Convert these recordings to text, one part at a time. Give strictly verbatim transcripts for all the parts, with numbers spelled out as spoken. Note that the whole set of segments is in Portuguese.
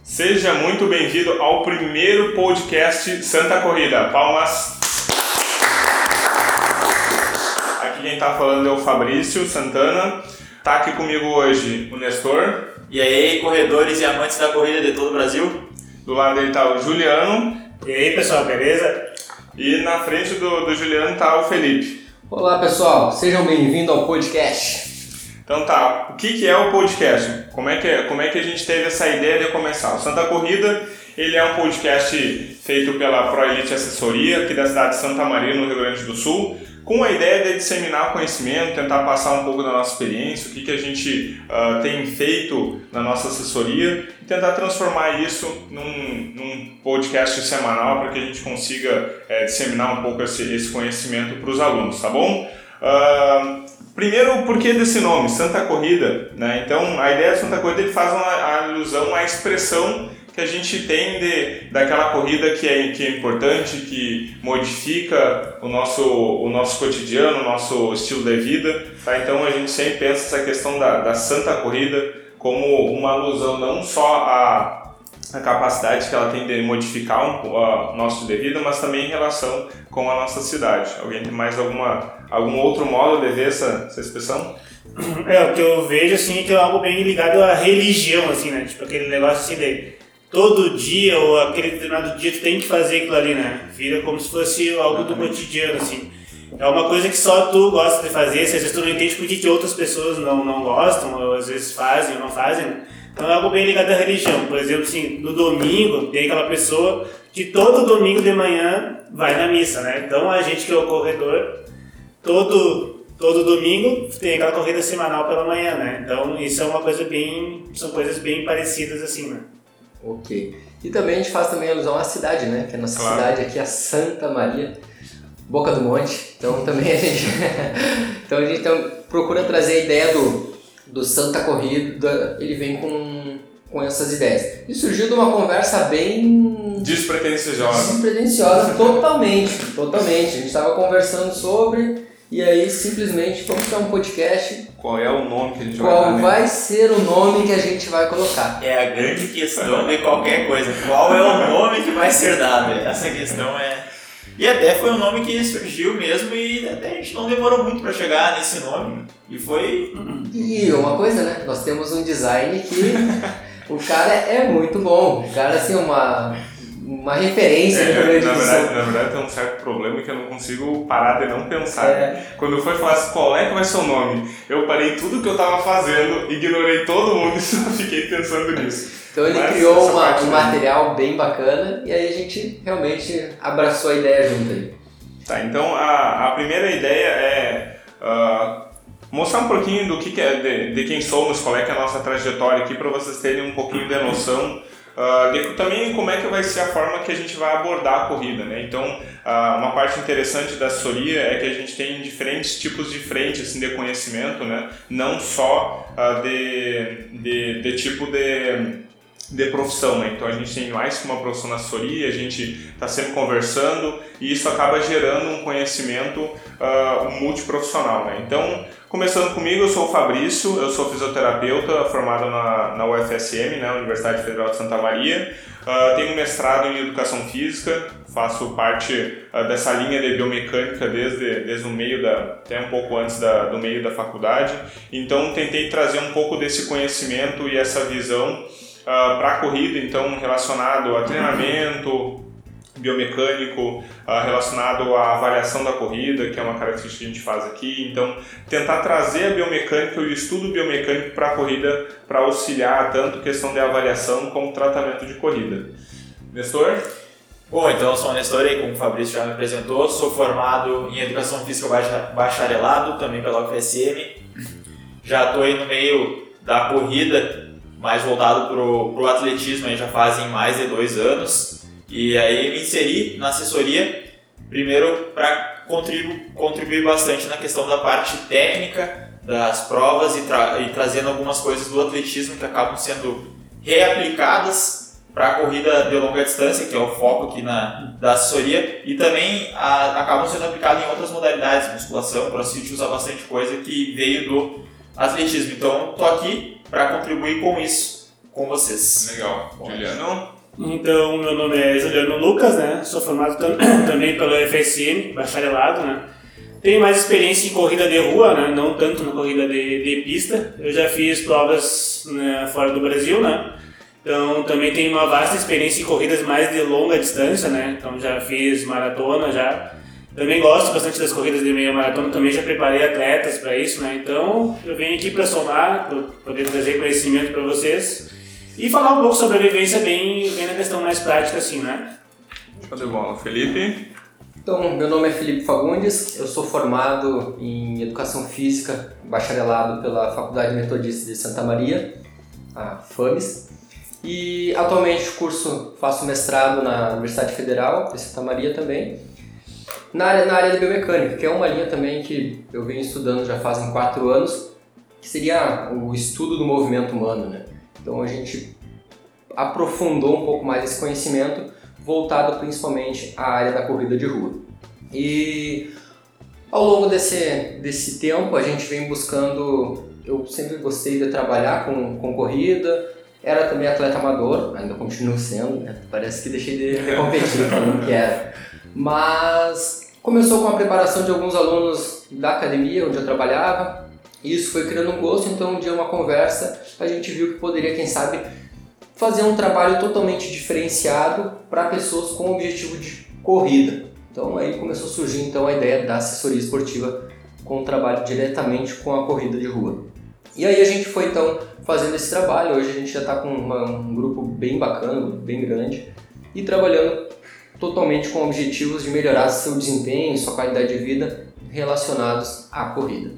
Seja muito bem-vindo ao primeiro podcast Santa Corrida. Palmas! Aqui quem está falando é o Fabrício Santana. Está aqui comigo hoje o Nestor. E aí, corredores e amantes da corrida de todo o Brasil. Do lado dele está o Juliano. E aí, pessoal, beleza? E na frente do, do Juliano está o Felipe. Olá, pessoal. Sejam bem-vindos ao podcast. Então tá, o que, que é o podcast? Como é que, é, como é que a gente teve essa ideia de começar? O Santa Corrida, ele é um podcast feito pela ProElite Assessoria, aqui da cidade de Santa Maria, no Rio Grande do Sul, com a ideia de disseminar conhecimento, tentar passar um pouco da nossa experiência, o que, que a gente uh, tem feito na nossa assessoria e tentar transformar isso num, num podcast semanal para que a gente consiga é, disseminar um pouco esse, esse conhecimento para os alunos, tá bom? Uh, Primeiro, o porquê desse nome, Santa Corrida, né? Então, a ideia de Santa Corrida ele faz uma alusão à expressão que a gente tem de, daquela corrida que é, que é importante, que modifica o nosso, o nosso cotidiano, o nosso estilo de vida, tá? Então, a gente sempre pensa essa questão da, da Santa Corrida como uma alusão não só à a capacidade que ela tem de modificar o um, uh, nosso estilo de vida, mas também em relação com a nossa cidade. Alguém tem mais alguma, algum outro modo de ver essa, essa expressão? É, o que eu vejo assim, que é algo bem ligado à religião, assim, né? Tipo aquele negócio assim de todo dia ou aquele determinado dia tu tem que fazer aquilo ali, né? Vira como se fosse algo do cotidiano, assim. É uma coisa que só tu gosta de fazer, se às vezes tu não entende por que outras pessoas não, não gostam, ou às vezes fazem ou não fazem, né? Então é algo bem ligado à religião. Por exemplo, assim, no domingo tem aquela pessoa que todo domingo de manhã vai na missa, né? Então a gente que é o corredor, todo, todo domingo tem aquela corrida semanal pela manhã, né? Então isso é uma coisa bem, são coisas bem parecidas assim, né? Ok. E também a gente faz também alusão à cidade, né? Que a nossa claro. cidade aqui é Santa Maria, Boca do Monte. Então também a gente, então a gente então, procura trazer a ideia do do Santa Corrida, ele vem com, com essas ideias. E surgiu de uma conversa bem... despretensiosa. Despretensiosa, totalmente, totalmente. A gente estava conversando sobre, e aí simplesmente vamos criar um podcast. Qual é o nome que a gente vai dar? Qual vai ser o nome que a gente vai colocar? É a grande questão de qualquer coisa. Qual é o nome que vai ser dado? Essa questão é... E até foi um nome que surgiu mesmo e até a gente não demorou muito para chegar nesse nome. E foi... E uma coisa, né? Nós temos um design que o cara é muito bom. O cara, assim, uma, uma referência. É, na, verdade, na verdade tem um certo problema que eu não consigo parar de não pensar. É. Quando eu fui falar assim, qual é que vai ser o nome? Eu parei tudo que eu estava fazendo, ignorei todo mundo e só fiquei pensando nisso. Então ele Mas criou uma, um material bem bacana e aí a gente realmente abraçou a ideia junto aí. Tá, então a, a primeira ideia é uh, mostrar um pouquinho do que, que é, de, de quem somos, qual é que é a nossa trajetória aqui, para vocês terem um pouquinho de noção uh, de também como é que vai ser a forma que a gente vai abordar a corrida, né? Então uh, uma parte interessante da assessoria é que a gente tem diferentes tipos de frente assim, de conhecimento, né? Não só uh, de, de, de tipo de... de profissão, né? Então a gente tem mais que uma profissão na assessoria, a gente está sempre conversando e isso acaba gerando um conhecimento uh, multiprofissional, né? Então, começando comigo, eu sou o Fabrício, eu sou fisioterapeuta formado na, na U F S M, né? Universidade Federal de Santa Maria, uh, tenho mestrado em Educação Física, faço parte uh, dessa linha de biomecânica desde, desde o meio da, até um pouco antes da, do meio da faculdade, então tentei trazer um pouco desse conhecimento e essa visão Uh, para a corrida, então relacionado a treinamento biomecânico, uh, relacionado à avaliação da corrida, que é uma característica que a gente faz aqui. Então, tentar trazer a biomecânica e o estudo biomecânico para a corrida para auxiliar tanto questão de avaliação como tratamento de corrida. Nestor? Bom, então eu sou o Nestor e como o Fabrício já me apresentou, sou formado em Educação Física Bacharelado, também pela U F S M. Já estou aí no meio da corrida, mais voltado para o atletismo, aí já fazem mais de dois anos. E aí me inseri na assessoria, primeiro para contribu- contribuir bastante na questão da parte técnica das provas e, tra- e trazendo algumas coisas do atletismo que acabam sendo reaplicadas para a corrida de longa distância, que é o foco aqui na, da assessoria, e também a, acabam sendo aplicadas em outras modalidades, musculação, crossfit usa bastante coisa que veio do atletismo. Então estou aqui para contribuir com isso, com vocês. Legal. Juliano? Então, meu nome é Juliano Lucas, né? Sou formado tam- também pelo F S M, bacharelado, né? Tenho mais experiência em corrida de rua, né? Não tanto na corrida de, de pista. Eu já fiz provas, né, fora do Brasil, né? Então, também tenho uma vasta experiência em corridas mais de longa distância, né? Então, já fiz maratona, já. Também gosto bastante das corridas de meia maratona, também já preparei atletas para isso, né? Então, eu venho aqui para somar, para poder trazer conhecimento para vocês e falar um pouco sobre a vivência bem, bem na questão mais prática, assim, né? Show de bola. Felipe? Então, meu nome é Felipe Fagundes, eu sou formado em Educação Física, bacharelado pela Faculdade Metodista de Santa Maria, a FAMES, e atualmente curso, faço mestrado na Universidade Federal de Santa Maria também, na área, na área de biomecânica, que é uma linha também que eu venho estudando já fazem quatro anos, que seria o estudo do movimento humano, né? Então a gente aprofundou um pouco mais esse conhecimento, voltado principalmente à área da corrida de rua. E ao longo desse, desse tempo a gente vem buscando, eu sempre gostei de trabalhar com, com corrida, era também atleta amador, ainda continuo sendo, né? Parece que deixei de, de competir, falando que era. Mas começou com a preparação de alguns alunos da academia onde eu trabalhava, e isso foi criando um gosto, então um dia uma conversa a gente viu que poderia, quem sabe, fazer um trabalho totalmente diferenciado para pessoas com o objetivo de corrida. Então aí começou a surgir então a ideia da assessoria esportiva com um trabalho diretamente com a corrida de rua. E aí a gente foi então fazendo esse trabalho, hoje a gente já está com uma, um grupo bem bacana, bem grande, e trabalhando totalmente com objetivos de melhorar seu desempenho, sua qualidade de vida relacionados à corrida.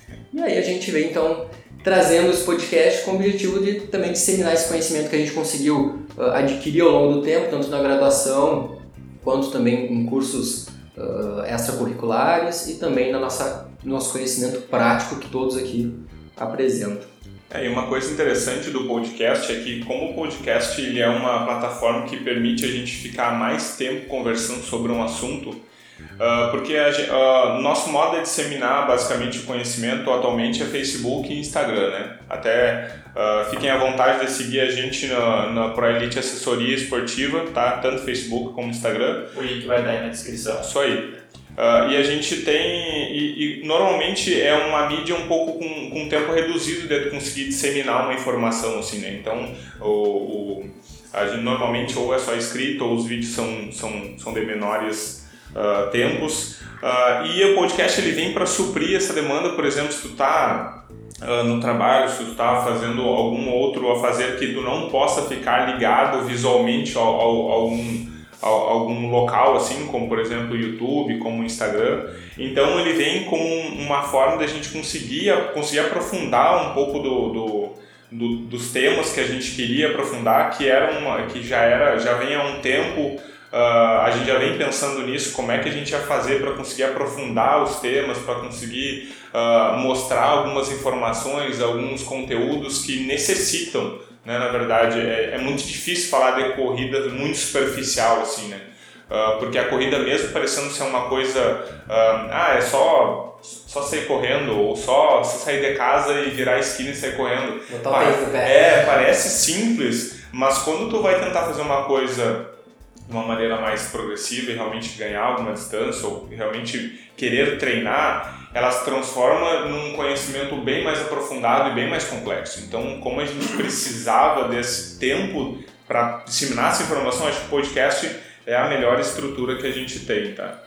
E aí a gente vem então trazendo esse podcast com o objetivo de também disseminar esse conhecimento que a gente conseguiu uh, adquirir ao longo do tempo, tanto na graduação quanto também em cursos uh, extracurriculares e também na nossa, no nosso conhecimento prático que todos aqui apresentam. É, e uma coisa interessante do podcast é que, como o podcast ele é uma plataforma que permite a gente ficar mais tempo conversando sobre um assunto, uh, porque o uh, nosso modo de disseminar basicamente o conhecimento atualmente é Facebook e Instagram, né? Até uh, fiquem à vontade de seguir a gente na, na ProElite Assessoria Esportiva, tá? Tanto Facebook como Instagram. O link vai dar aí na descrição. Isso aí. Uh, e a gente tem, e, e normalmente é uma mídia um pouco com, com tempo reduzido de conseguir disseminar uma informação, assim, né? Então, o, o, a gente normalmente ou é só escrito ou os vídeos são, são, são de menores uh, tempos. Uh, e o podcast ele vem para suprir essa demanda, por exemplo, se tu tá uh, no trabalho, se tu tá fazendo algum outro a fazer que tu não possa ficar ligado visualmente ao, ao, ao um algum local, assim, como por exemplo o YouTube, como o Instagram. Então ele vem como uma forma da gente conseguir, conseguir aprofundar um pouco do, do, do, dos temas que a gente queria aprofundar, que, era uma, que já, era, já vem há um tempo, uh, a gente já vem pensando nisso, como é que a gente ia fazer para conseguir aprofundar os temas, para conseguir uh, mostrar algumas informações, alguns conteúdos que necessitam. Né, na verdade, é, é muito difícil falar de corrida muito superficial, assim, né? Uh, porque a corrida mesmo parecendo ser uma coisa, uh, ah, é só, só sair correndo, ou só, só sair de casa e virar a esquina e sair correndo. Pa- é, parece simples, mas quando tu vai tentar fazer uma coisa de uma maneira mais progressiva e realmente ganhar alguma distância, ou realmente querer treinar, ela se transforma num conhecimento bem mais aprofundado e bem mais complexo. Então, como a gente precisava desse tempo para disseminar essa informação, acho que o podcast é a melhor estrutura que a gente tem, tá?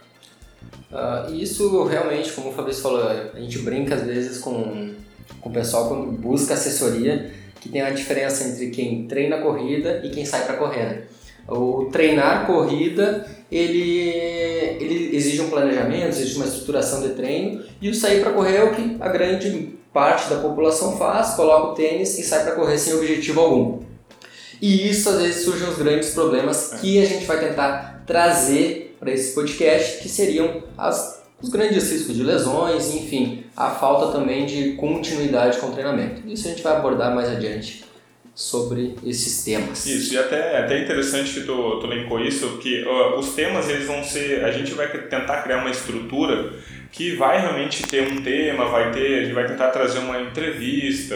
Uh, isso realmente, como o Fabrício falou, a gente brinca às vezes com, com o pessoal quando busca assessoria, que tem a diferença entre quem treina corrida e quem sai para correr, né? O treinar corrida, ele, ele exige um planejamento, exige uma estruturação de treino, e o sair para correr é o que a grande parte da população faz, coloca o tênis e sai para correr sem objetivo algum. E isso às vezes surgem os grandes problemas que a gente vai tentar trazer para esse podcast, que seriam as, os grandes riscos de lesões, enfim, a falta também de continuidade com o treinamento. Isso a gente vai abordar mais adiante sobre esses temas. Isso, e até, até interessante que tu, tu linkou isso, porque uh, os temas eles vão ser, a gente vai tentar criar uma estrutura que vai realmente ter um tema, vai ter, a gente vai tentar trazer uma entrevista,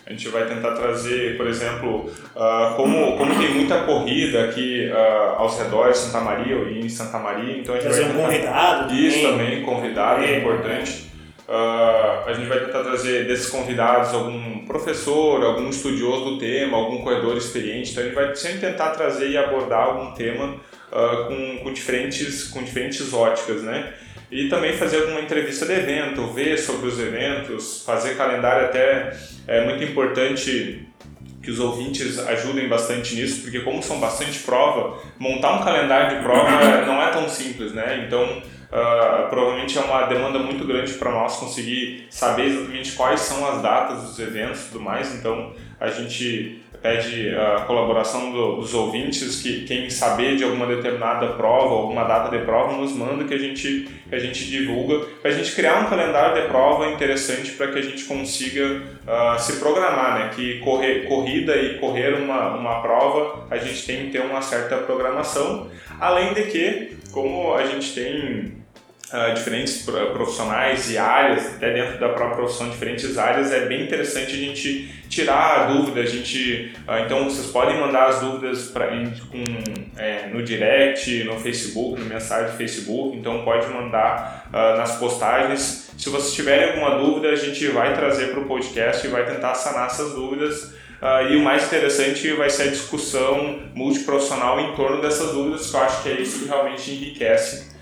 A gente vai tentar trazer, por exemplo, uh, como, como tem muita corrida aqui uh, aos redores de Santa Maria e em Santa Maria, então a gente trazer vai tentar... um convidado Isso também, também convidado, é, é importante. Uh, a gente vai tentar trazer desses convidados algum professor, algum estudioso do tema, algum corredor experiente, então a gente vai sempre tentar trazer e abordar algum tema uh, com, com, diferentes, com diferentes óticas, né? E também fazer alguma entrevista de evento, ver sobre os eventos, fazer calendário até é muito importante que os ouvintes ajudem bastante nisso, porque como são bastante prova, montar um calendário de prova não é tão simples, né? Então, uh, provavelmente é uma demanda muito grande para nós conseguir saber exatamente quais são as datas dos eventos e tudo mais, então a gente pede a colaboração do, dos ouvintes, que quem saber de alguma determinada prova, alguma data de prova, nos manda que a gente, que a gente divulga, para a gente criar um calendário de prova interessante para que a gente consiga uh, se programar, né? Que correr, corrida e correr uma, uma prova, a gente tem que ter uma certa programação, além de que, como a gente tem Uh, diferentes profissionais e áreas, até dentro da própria profissão, diferentes áreas, é bem interessante a gente tirar a dúvida, a gente, uh, então vocês podem mandar as dúvidas pra, com, é, no direct, no Facebook, no mensagem do Facebook, então pode mandar uh, nas postagens. Se vocês tiverem alguma dúvida, a gente vai trazer para o podcast e vai tentar sanar essas dúvidas. Uh, e o mais interessante vai ser a discussão multiprofissional em torno dessas dúvidas, que eu acho que é isso que realmente enriquece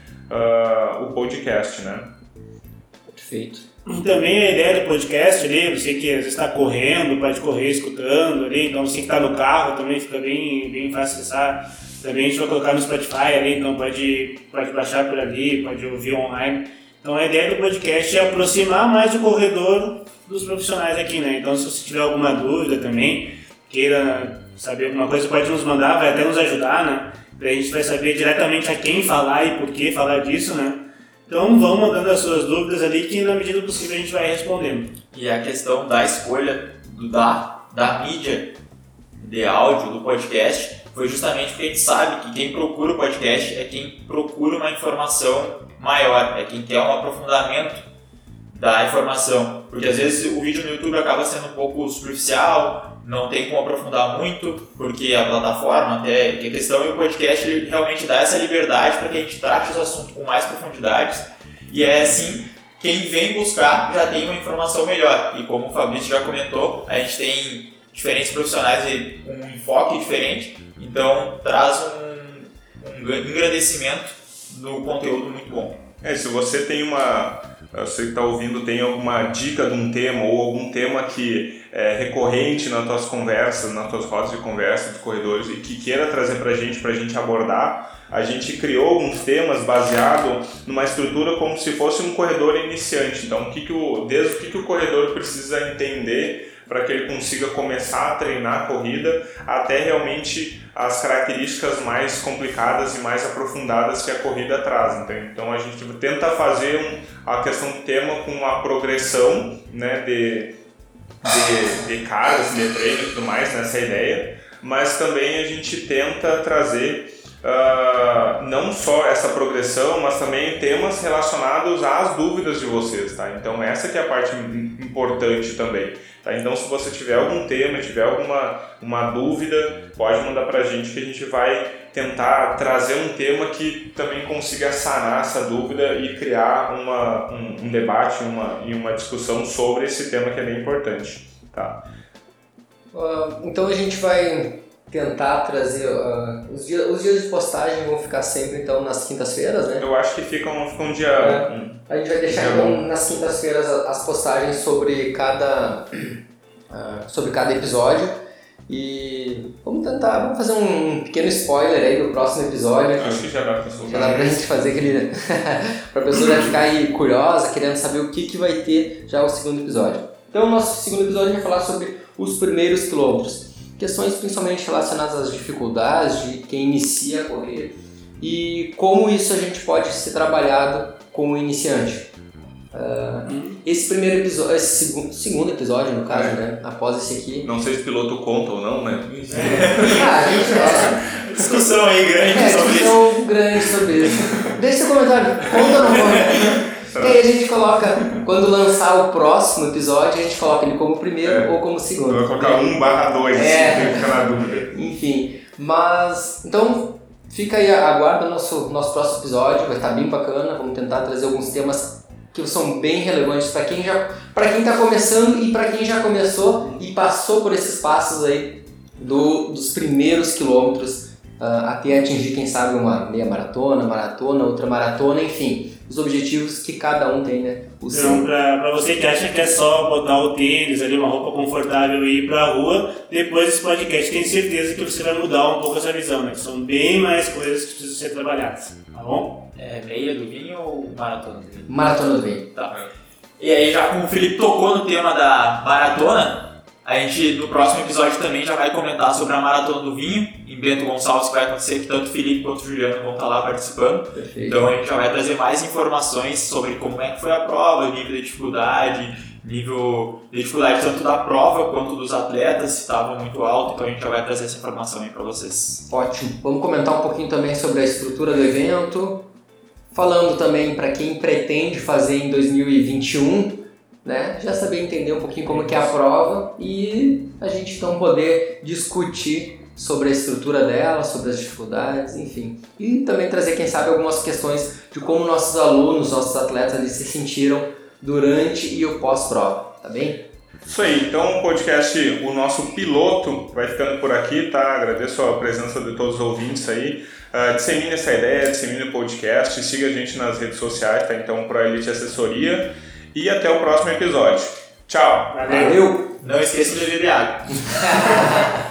Uh, o podcast, né? Perfeito. E também a ideia do podcast ali, você que às vezes está correndo, pode correr escutando ali, então você que está no carro também fica bem, bem fácil acessar. Também a gente vai colocar no Spotify ali, então pode, pode baixar por ali, pode ouvir online. Então a ideia do podcast é aproximar mais o corredor dos profissionais aqui, né? Então se você tiver alguma dúvida também, queira saber alguma coisa, pode nos mandar, vai até nos ajudar, né? A gente vai saber diretamente a quem falar e por que falar disso, né? Então vão mandando as suas dúvidas ali que na medida do possível a gente vai respondendo. E a questão da escolha do, da, da mídia de áudio do podcast foi justamente porque a gente sabe que quem procura o podcast é quem procura uma informação maior, é quem quer um aprofundamento da informação. Porque às vezes o vídeo no YouTube acaba sendo um pouco superficial, não tem como aprofundar muito, porque a plataforma, até que a questão e o podcast ele realmente dá essa liberdade para que a gente trate os assuntos com mais profundidades, e é assim, quem vem buscar já tem uma informação melhor. E como o Fabrício já comentou, a gente tem diferentes profissionais com um enfoque diferente, então traz um, um engrandecimento do conteúdo muito bom. É, se você tem uma, você que está ouvindo, tem alguma dica de um tema ou algum tema que é recorrente nas tuas conversas, nas tuas rodas de conversa dos corredores e que queira trazer para a gente, para a gente abordar, a gente criou alguns temas baseado numa estrutura como se fosse um corredor iniciante. Então, o que que o, desde o que, que o corredor precisa entender para que ele consiga começar a treinar a corrida, até realmente as características mais complicadas e mais aprofundadas que a corrida traz. Então, então a gente tenta fazer um, a questão do tema com uma progressão, né, de, de, de caras, de treino e tudo mais, nessa ideia, mas também a gente tenta trazer Uh, não só essa progressão, mas também temas relacionados às dúvidas de vocês, tá? Então essa que é a parte importante também, tá? Então se você tiver algum tema, tiver alguma uma dúvida, pode mandar pra gente que a gente vai tentar trazer um tema que também consiga sanar essa dúvida e criar uma, um, um debate uma, e uma discussão sobre esse tema que é bem importante, tá? Uh, então a gente vai tentar trazer uh, os, dias, os dias de postagem vão ficar sempre então nas quintas-feiras, né? Eu acho que fica um, fica um dia... É, um, a gente vai deixar então nas quintas-feiras as postagens sobre cada uh, sobre cada episódio e vamos tentar, vamos fazer um pequeno spoiler aí do próximo episódio. Acho que já dá pra soltar. Já dá pra gente fazer aquele... pra pessoa ficar aí curiosa, querendo saber o que, que vai ter já o segundo episódio. Então o nosso segundo episódio vai falar sobre os primeiros quilômetros. Questões principalmente relacionadas às dificuldades de quem inicia a correr e como isso a gente pode ser trabalhado como iniciante. Uh, esse primeiro episódio, esse segundo, segundo episódio no caso, é. né? Após esse aqui. Não sei se o piloto conta ou não, né? É. Ah, a gente é. Discussão aí grande é, sobre discussão isso. grande sobre isso. Deixa seu comentário, conta ou não conta? E aí a gente coloca, quando lançar o próximo episódio, a gente coloca ele como primeiro É. ou como segundo. Eu vou colocar um barra dois, É. assim, tem que ficar na dúvida. Enfim, mas então fica aí, aguarda o nosso, nosso próximo episódio, vai estar bem bacana, vamos tentar trazer alguns temas que são bem relevantes para quem já, para quem está começando e para quem já começou e passou por esses passos aí do, dos primeiros quilômetros uh, até atingir, quem sabe, uma meia maratona, maratona, outra maratona, enfim, os objetivos que cada um tem, né? O seu. Então, pra, pra você que acha que é só botar o tênis ali, uma roupa confortável e ir pra rua, depois desse podcast tenho certeza que você vai mudar um pouco essa visão, né? São bem mais coisas que precisam ser trabalhadas, tá bom? É meia do vinho ou maratona do vinho? Maratona do vinho. Tá. E aí, já como o Felipe tocou no tema da maratona, a gente no próximo episódio também já vai comentar sobre a maratona do vinho em Bento Gonçalves, que vai acontecer, que tanto o Felipe quanto o Juliano vão estar lá participando. Perfeito. Então a gente já vai trazer mais informações sobre como é que foi a prova, o nível de dificuldade, nível de dificuldade tanto da prova quanto dos atletas, se estava muito alto, então a gente já vai trazer essa informação aí para vocês. Ótimo. Vamos comentar um pouquinho também sobre a estrutura do evento, falando também para quem pretende fazer em dois mil e vinte e um, né? Já saber entender um pouquinho como que é a prova e a gente então poder discutir sobre a estrutura dela, sobre as dificuldades, enfim. E também trazer, quem sabe, algumas questões de como nossos alunos, nossos atletas ali se sentiram durante e o pós-prova, tá bem? Isso aí, então o podcast, o nosso piloto vai ficando por aqui, tá? Agradeço a presença de todos os ouvintes aí. Uh, dissemine essa ideia, dissemine o podcast, siga a gente nas redes sociais, tá? Então, ProElite Assessoria. E até o próximo episódio. Tchau! Valeu! Valeu. Não esqueça de beber água.